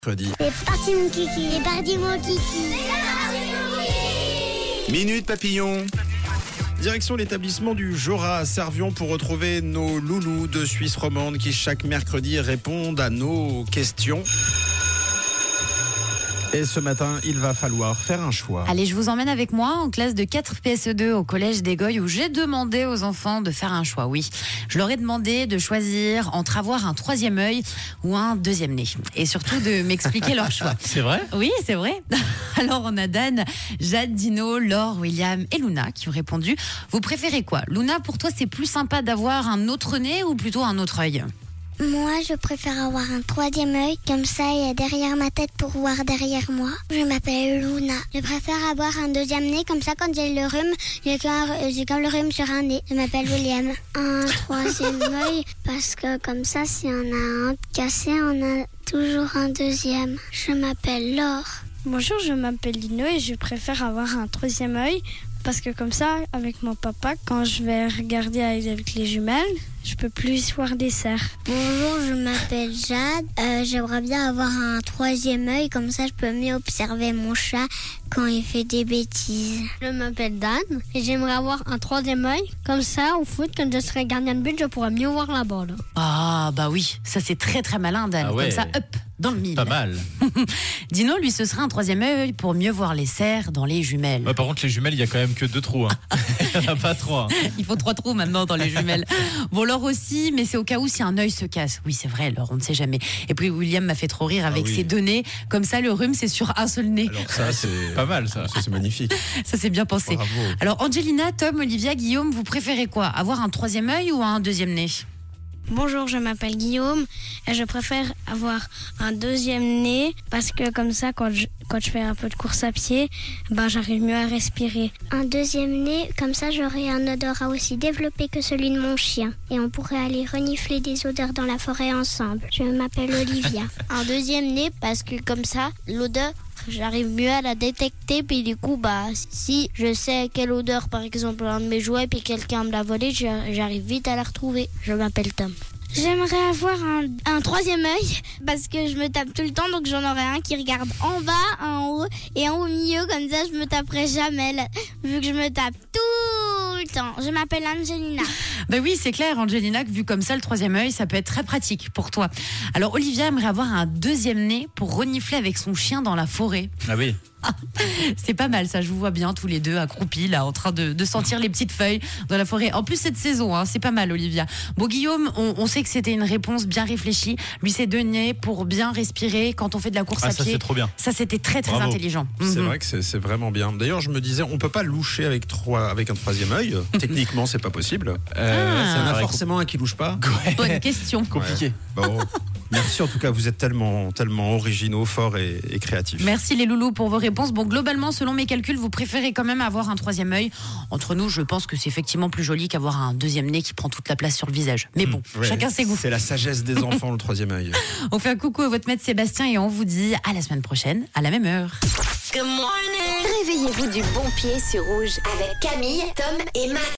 Mercredi. C'est parti mon kiki, c'est parti mon kiki. Minute Papillon. Direction l'établissement du Jora à Servion pour retrouver nos loulous de Suisse romande qui chaque mercredi répondent à nos questions. Et ce matin, il va falloir faire un choix. Allez, je vous emmène avec moi en classe de 4 PSE2 au collège d'Egoy où j'ai demandé aux enfants de faire un choix. Oui, je leur ai demandé de choisir entre avoir un troisième œil ou un deuxième nez. Et surtout de m'expliquer leur choix. C'est vrai ? Oui, c'est vrai. Alors on a Dan, Jade, Dino, Laure, William et Luna qui ont répondu. Vous préférez quoi ? Luna, pour toi, c'est plus sympa d'avoir un autre nez ou plutôt un autre œil ? Moi, je préfère avoir un troisième œil, comme ça il est derrière ma tête pour voir derrière moi. Je m'appelle Luna. Je préfère avoir un deuxième nez, comme ça quand j'ai le rhume, j'ai comme le rhume sur un nez. Je m'appelle William. Un troisième œil, parce que comme ça, si on a un cassé, on a toujours un deuxième. Je m'appelle Laure. Bonjour, je m'appelle Lino et je préfère avoir un troisième œil parce que comme ça, avec mon papa, quand je vais regarder avec les jumelles, je peux plus voir des cerfs. Bonjour, je m'appelle Jade. J'aimerais bien avoir un troisième œil, comme ça je peux mieux observer mon chat quand il fait des bêtises. Je m'appelle Dan et j'aimerais avoir un troisième œil. Comme ça, au foot, quand je serai gardien de but, je pourrais mieux voir la balle. Ah bah oui, ça c'est très très malin Dan. Ah ouais. Comme ça, hop, dans le mille. Pas mal. Dino, lui, ce serait un troisième œil pour mieux voir les cerfs dans les jumelles. Ouais, par contre, les jumelles, il y a quand même que 2 trous. Hein. Il n'y en a pas 3. Il faut 3 trous maintenant dans les jumelles. Bon, Laure aussi, mais c'est au cas où si un œil se casse. Oui, c'est vrai, Laure, on ne sait jamais. Et puis William m'a fait trop rire avec ses 2 nez. Comme ça, le rhume, c'est sur un seul nez. Alors ça, c'est Pas mal, ça. c'est magnifique. Ça, c'est bien pensé. Bravo. Alors, Angelina, Tom, Olivia, Guillaume, vous préférez quoi ? Avoir un troisième œil ou un deuxième nez ? Bonjour, je m'appelle Guillaume et je préfère avoir un deuxième nez parce que comme ça, quand je fais un peu de course à pied, j'arrive mieux à respirer. Un deuxième nez, comme ça j'aurai un odorat aussi développé que celui de mon chien. Et on pourrait aller renifler des odeurs dans la forêt ensemble. Je m'appelle Olivia. Un deuxième nez parce que comme ça, l'odeur, j'arrive mieux à la détecter. Puis du coup, si je sais quelle odeur, par exemple, un de mes jouets, puis quelqu'un me l'a volé, j'arrive vite à la retrouver. Je m'appelle Tom. J'aimerais avoir un troisième œil parce que je me tape tout le temps, donc j'en aurais un qui regarde en bas, en haut et en haut au milieu, comme ça je me taperai jamais, vu que je me tape tout le temps. Je m'appelle Angelina. Ben oui, c'est clair, Angelina, que vu comme ça, le troisième œil, ça peut être très pratique pour toi. Alors, Olivia aimerait avoir un deuxième nez pour renifler avec son chien dans la forêt. Ah oui. C'est pas mal, ça, je vous vois bien tous les deux accroupis, là, en train de sentir les petites feuilles dans la forêt. En plus, cette saison, c'est pas mal, Olivia. Bon, Guillaume, on sait que c'était une réponse bien réfléchie. Lui, c'est 2 nez pour bien respirer quand on fait de la course à ça pied. c'est trop bien. Ça, c'était très, très Bravo. intelligent. C'est vrai que c'est vraiment bien. D'ailleurs, je me disais, on peut pas loucher avec un troisième œil. Techniquement, c'est pas possible. Il y en a forcément un qui louche pas. Bonne question. Compliqué. Ouais. Bon. Merci en tout cas, vous êtes tellement originaux, forts et créatifs. Merci les loulous pour vos réponses. Bon, globalement, selon mes calculs, vous préférez quand même avoir un troisième œil. Entre nous, je pense que c'est effectivement plus joli qu'avoir un deuxième nez qui prend toute la place sur le visage. Mais bon, Ouais, chacun ses goûts. C'est la sagesse des enfants, le troisième œil. On fait un coucou à votre maître Sébastien et on vous dit à la semaine prochaine, à la même heure. Réveillez-vous du bon pied sur Rouge avec Camille, Tom et Matt.